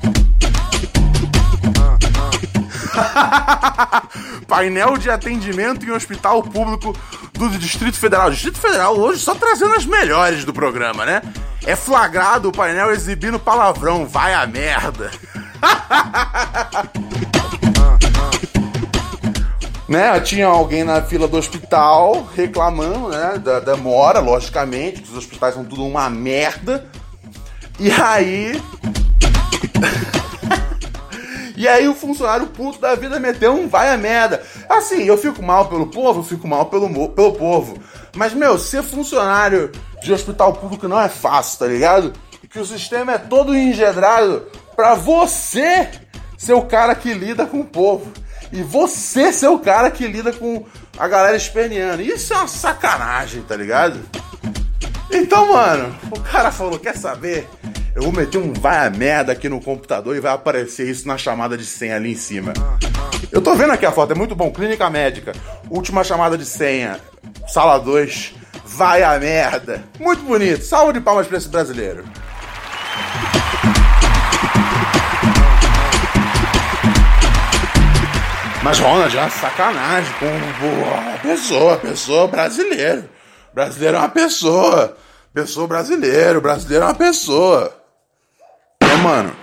Speaker 2: Painel de atendimento em hospital público do Distrito Federal. Distrito Federal hoje só trazendo as melhores do programa, né? É flagrado o painel exibindo palavrão. Vai a merda. Né? Tinha alguém na fila do hospital reclamando, né? Da demora, logicamente, que os hospitais são tudo uma merda. E aí... E aí o funcionário puto da vida meteu um vai a merda. Assim, eu fico mal pelo povo, eu fico mal pelo, pelo povo. Mas, meu, ser funcionário de hospital público não é fácil, tá ligado? Que o sistema é todo engendrado pra você ser o cara que lida com o povo. E você ser o cara que lida com a galera esperneando. Isso é uma sacanagem, tá ligado? Então, mano, o cara falou, quer saber? Eu vou meter um vai a merda aqui no computador e vai aparecer isso na chamada de senha ali em cima. Eu tô vendo aqui a foto, é muito bom. Clínica médica, última chamada de senha, sala dois, vai a merda. Muito bonito, salve de palmas pra esse brasileiro. Mas, Ronald, é uma sacanagem com a pessoa, pessoa brasileiro. Brasileiro é uma pessoa. Pessoa brasileiro, brasileiro é uma pessoa. É, mano.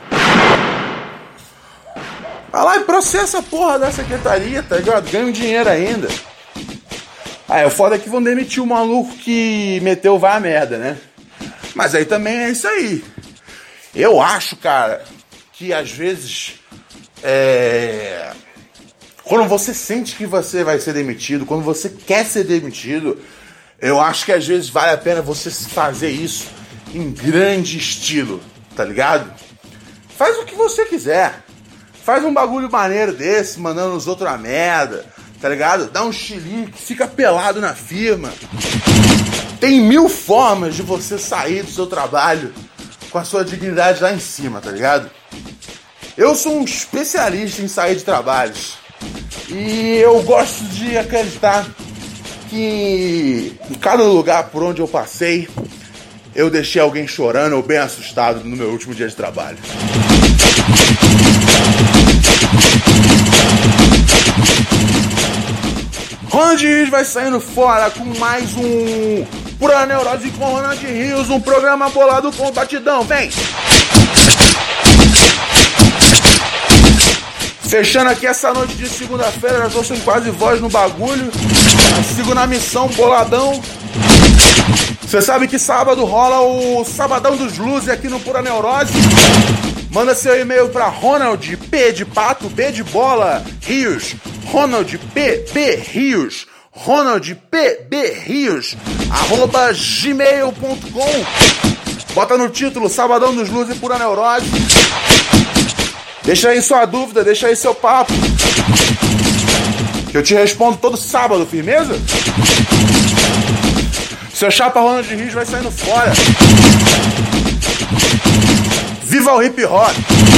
Speaker 2: Vai lá e processa a porra da secretaria, tá ligado? Ganha um dinheiro ainda. Ah, o foda é que vão demitir o maluco que meteu vai a merda, né? Mas aí também é isso aí. Eu acho, cara, que às vezes, é... quando você sente que você vai ser demitido, quando você quer ser demitido, eu acho que às vezes vale a pena você fazer isso em grande estilo, tá ligado? Faz o que você quiser. Faz um bagulho maneiro desse, mandando os outros a merda, tá ligado? Dá um chilique, fica pelado na firma. Tem mil formas de você sair do seu trabalho com a sua dignidade lá em cima, tá ligado? Eu sou um especialista em sair de trabalhos. E eu gosto de acreditar que em cada lugar por onde eu passei, eu deixei alguém chorando ou bem assustado no meu último dia de trabalho. Ronald Rios vai saindo fora com mais um Pura Neurose com Ronald Rios, um programa bolado com batidão, vem! Fechando aqui essa noite de segunda-feira, já tô sem quase voz no bagulho. Sigo na missão, boladão. Você sabe que sábado rola o Sabadão dos Luzes aqui no Pura Neurose. Manda seu e-mail para Ronald P de pato, B de bola, Rios. Ronald P B Rios. Ronald P B Rios. Arroba gmail ponto com. Bota no título Sabadão dos Luzes Pura Neurose. Deixa aí sua dúvida, deixa aí seu papo, que eu te respondo todo sábado, firmeza? Seu chapa Ronald Rios vai saindo fora. Viva o hip hop!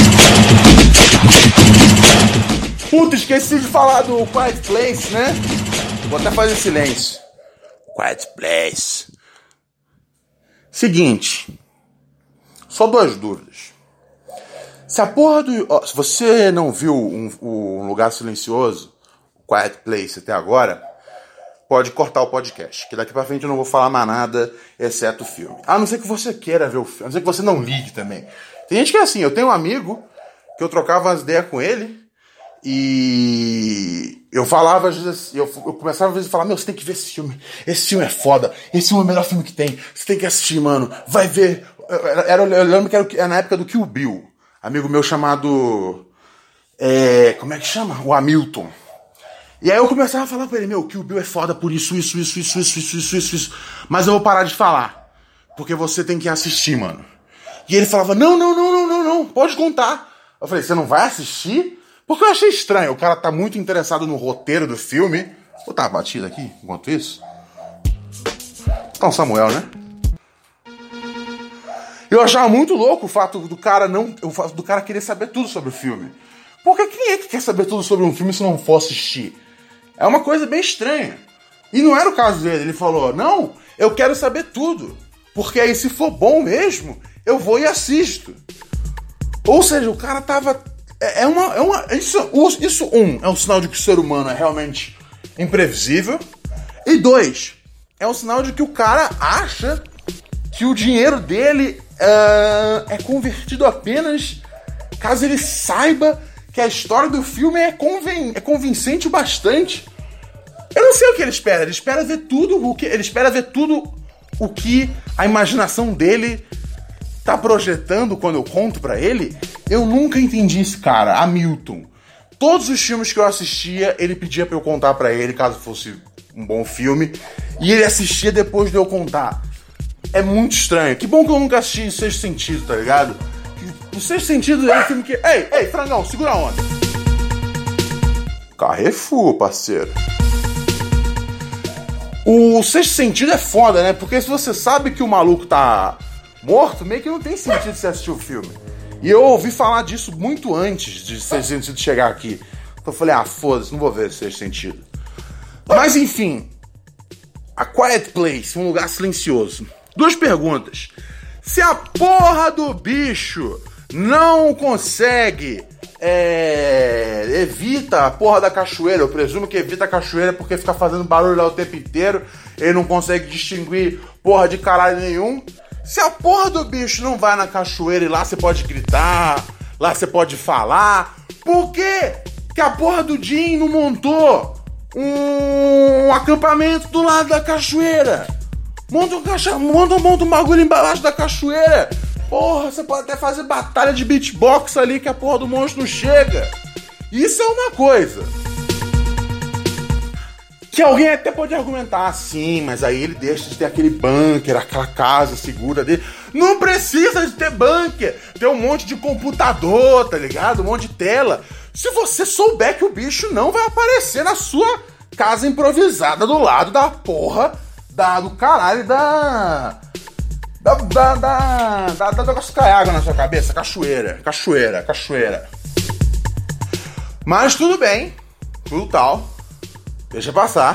Speaker 2: Puta, esqueci de falar do Quiet Place, né? Vou até fazer silêncio. Quiet Place. Seguinte. Só duas dúvidas. Se a porra do... Ó, se você não viu um, um Lugar Silencioso, Quiet Place até agora, pode cortar o podcast, que daqui pra frente eu não vou falar mais nada, exceto o filme. A não ser que você queira ver o filme, a não ser que você não ligue também. Tem gente que é assim, eu tenho um amigo que eu trocava as ideias com ele, e eu falava, às vezes, eu, eu começava às vezes a falar, meu, você tem que ver esse filme, esse filme é foda, esse filme é o melhor filme que tem, você tem que assistir, mano, vai ver. Era, era, eu lembro que era, era na época do Kill Bill. Amigo meu chamado... É, como é que chama? O Hamilton. E aí eu começava a falar pra ele, meu, que o Bill é foda por isso, isso, isso, isso, isso, isso, isso, isso, isso. Mas eu vou parar de falar. Porque você tem que assistir, mano. E ele falava, não, não, não, não, não, não, pode contar. Eu falei, você não vai assistir? Porque eu achei estranho. O cara tá muito interessado no roteiro do filme. Vou botar a batida aqui, enquanto isso. Tá um Samuel, né? Eu achava muito louco o fato do cara não, o fato do cara querer saber tudo sobre o filme. Porque quem é que quer saber tudo sobre um filme se não for assistir? É uma coisa bem estranha. E não era o caso dele. Ele falou, não, eu quero saber tudo. Porque aí se for bom mesmo, eu vou e assisto. Ou seja, o cara tava... É uma... É uma isso, isso, um, é um sinal de que o ser humano é realmente imprevisível. E dois, é um sinal de que o cara acha que o dinheiro dele uh, é convertido apenas caso ele saiba que a história do filme é, conven- é convincente bastante. Eu não sei o que ele espera. Ele espera ver tudo o que ele espera ver tudo o que a imaginação dele tá projetando quando eu conto pra ele. Eu nunca entendi esse cara, Hamilton. Todos os filmes que eu assistia, ele pedia pra eu contar pra ele caso fosse um bom filme, e ele assistia depois de eu contar. É muito estranho. Que bom que eu nunca assisti o Sexto Sentido, tá ligado? O Sexto Sentido é um filme que... Ei, ei, frangão, segura a onda. Carrefour, parceiro. O Sexto Sentido é foda, né? Porque se você sabe que o maluco tá morto, meio que não tem sentido você assistir o filme. E eu ouvi falar disso muito antes de Sexto Sentido chegar aqui. Então eu falei, ah, foda-se, não vou ver Sexto Sentido. Mas enfim, A Quiet Place, Um Lugar Silencioso. Duas perguntas. Se a porra do bicho não consegue, é, evita a porra da cachoeira, eu presumo que evita a cachoeira porque fica fazendo barulho lá o tempo inteiro, ele não consegue distinguir porra de caralho nenhum. Se a porra do bicho não vai na cachoeira e lá você pode gritar, lá você pode falar, por que que a porra do Jim não montou um, um acampamento do lado da cachoeira? Monta um, cacha... monta, monta um bagulho embaixo da cachoeira Porra, você pode até fazer batalha de beatbox ali que a porra do monstro não chega. Isso é uma coisa que alguém até pode argumentar assim, mas aí ele deixa de ter aquele bunker, aquela casa segura dele. Não precisa de ter bunker, ter um monte de computador, tá ligado? Um monte de tela. Se você souber que o bicho não vai aparecer na sua casa improvisada do lado da porra da, do caralho da... Da, da, da, da, da negócio cai água na sua cabeça, cachoeira, cachoeira, cachoeira. Mas tudo bem, tudo tal, deixa passar.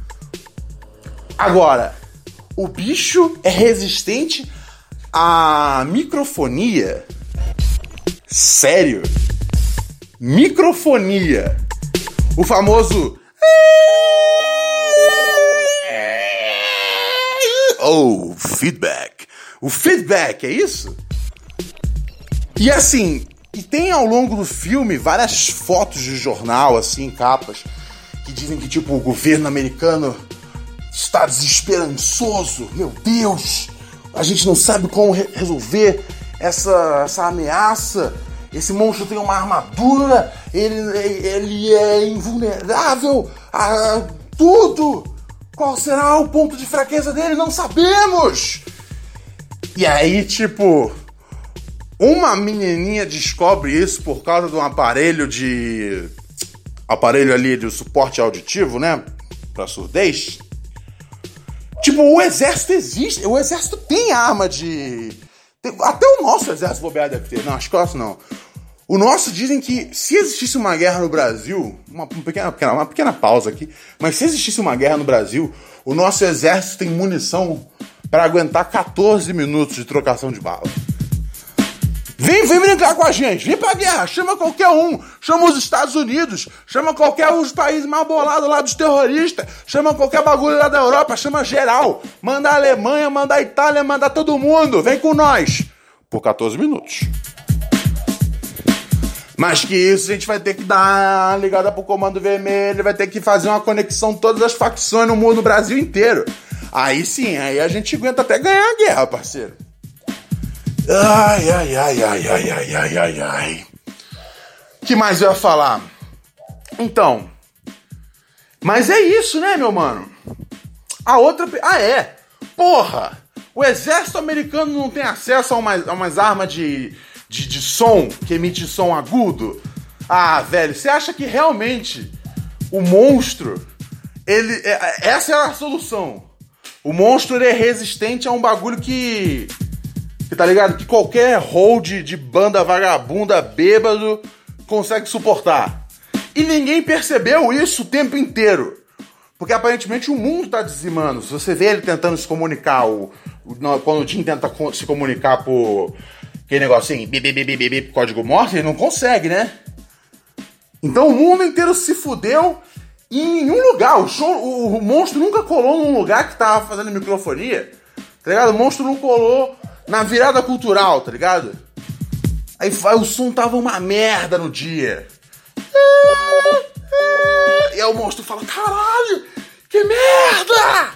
Speaker 2: Agora, o bicho é resistente à microfonia? Sério? Microfonia. O famoso... Oh, feedback. O feedback, é isso? E assim, e tem ao longo do filme várias fotos de jornal, assim, capas, que dizem que, tipo, o governo americano está desesperançoso. Meu Deus, a gente não sabe como re- resolver essa, essa ameaça. Esse monstro tem uma armadura, ele, ele é invulnerável a tudo. Qual será o ponto de fraqueza dele? Não sabemos! E aí, tipo, uma menininha descobre isso por causa de um aparelho de... Aparelho ali de suporte auditivo, né? Pra surdez. Tipo, o exército existe. O exército tem arma de... Até o nosso exército bobear deve ter. Não, acho que nosso não. O nosso dizem que se existisse uma guerra no Brasil... Uma pequena, uma pequena pausa aqui. Mas se existisse uma guerra no Brasil, o nosso exército tem munição para aguentar catorze minutos de trocação de bala. Vem, vem brincar com a gente, vem pra guerra, chama qualquer um, chama os Estados Unidos, chama qualquer um dos países mais bolados lá dos terroristas, chama qualquer bagulho lá da Europa, chama geral, manda a Alemanha, manda a Itália, manda todo mundo, vem com nós, por catorze minutos. Mas que isso a gente vai ter que dar uma ligada pro Comando Vermelho, vai ter que fazer uma conexão de todas as facções no mundo, no Brasil inteiro. Aí sim, aí a gente aguenta até ganhar a guerra, parceiro. Ai, ai, ai, ai, ai, ai, ai, ai, ai. O que mais eu ia falar? Então, mas é isso, né, meu mano? A outra... Ah, é. Porra, o exército americano não tem acesso a umas, a umas armas de, de, de som, que emite som agudo? Ah, velho, você acha que realmente o monstro, ele... Essa é a solução. O monstro ele é resistente a um bagulho que... que tá ligado? Que qualquer hold de banda vagabunda bêbado consegue suportar. E ninguém percebeu isso o tempo inteiro. Porque aparentemente o mundo tá dizimando. Se você vê ele tentando se comunicar, o, o, quando o Jim tenta se comunicar por aquele negocinho, bip, bip, bip, bip, código Morse, ele não consegue, né? Então o mundo inteiro se fudeu. E em nenhum lugar, o, show, o, o monstro nunca colou num lugar que tava fazendo microfonia, tá ligado? O monstro não colou na virada cultural, tá ligado? Aí, aí o som tava uma merda no dia. E aí o monstro fala, caralho, que merda!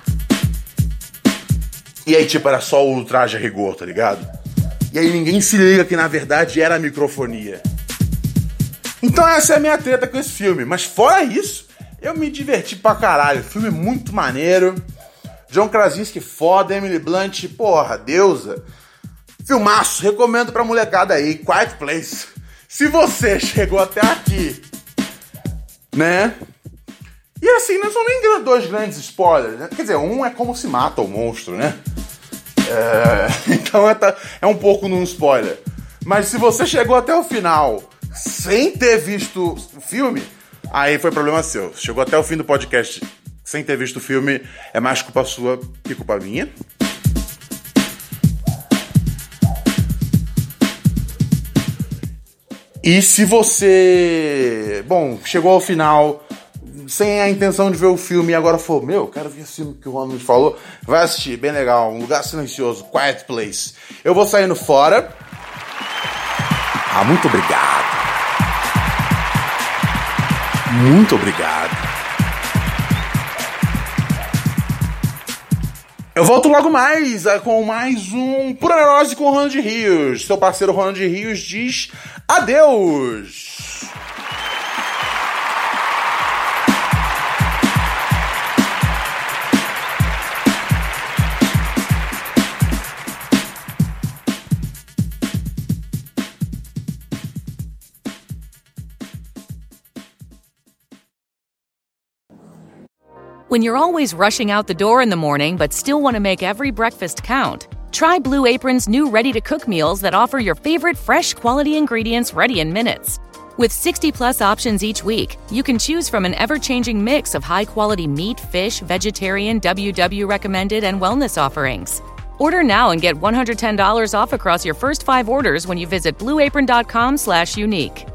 Speaker 2: E aí, tipo, era só o traje a rigor, tá ligado? E aí ninguém se liga que, na verdade, era a microfonia. Então essa é a minha treta com esse filme. Mas fora isso, eu me diverti pra caralho. Filme muito maneiro. John Krasinski foda, Emily Blunt, porra, deusa. Filmaço, recomendo pra molecada aí. Quiet Place. Se você chegou até aqui, né? E assim, não são nem dois grandes spoilers, né? Quer dizer, um é como se mata o monstro, né? É... Então é, é um pouco num spoiler. Mas se você chegou até o final sem ter visto o filme, aí foi problema seu. Chegou até o fim do podcast sem ter visto o filme, é mais culpa sua que culpa minha. E se você, bom, chegou ao final sem a intenção de ver o filme e agora falou, meu, quero ver esse filme que o Ronald falou, vai assistir, bem legal, Um Lugar Silencioso, Quiet Place. Eu vou saindo fora. Ah, muito obrigado. Muito obrigado. Eu volto logo mais com mais um Pura Neurose com o Ronald Rios. Seu parceiro Ronald Rios diz adeus.
Speaker 3: When you're always rushing out the door in the morning but still want to make every breakfast count, try Blue Apron's new ready-to-cook meals that offer your favorite fresh quality ingredients ready in minutes. With sixty plus options each week, you can choose from an ever-changing mix of high-quality meat, fish, vegetarian, W W recommended, and wellness offerings. Order now and get one hundred ten dollars off across your first five orders when you visit blue apron dot com slash unique.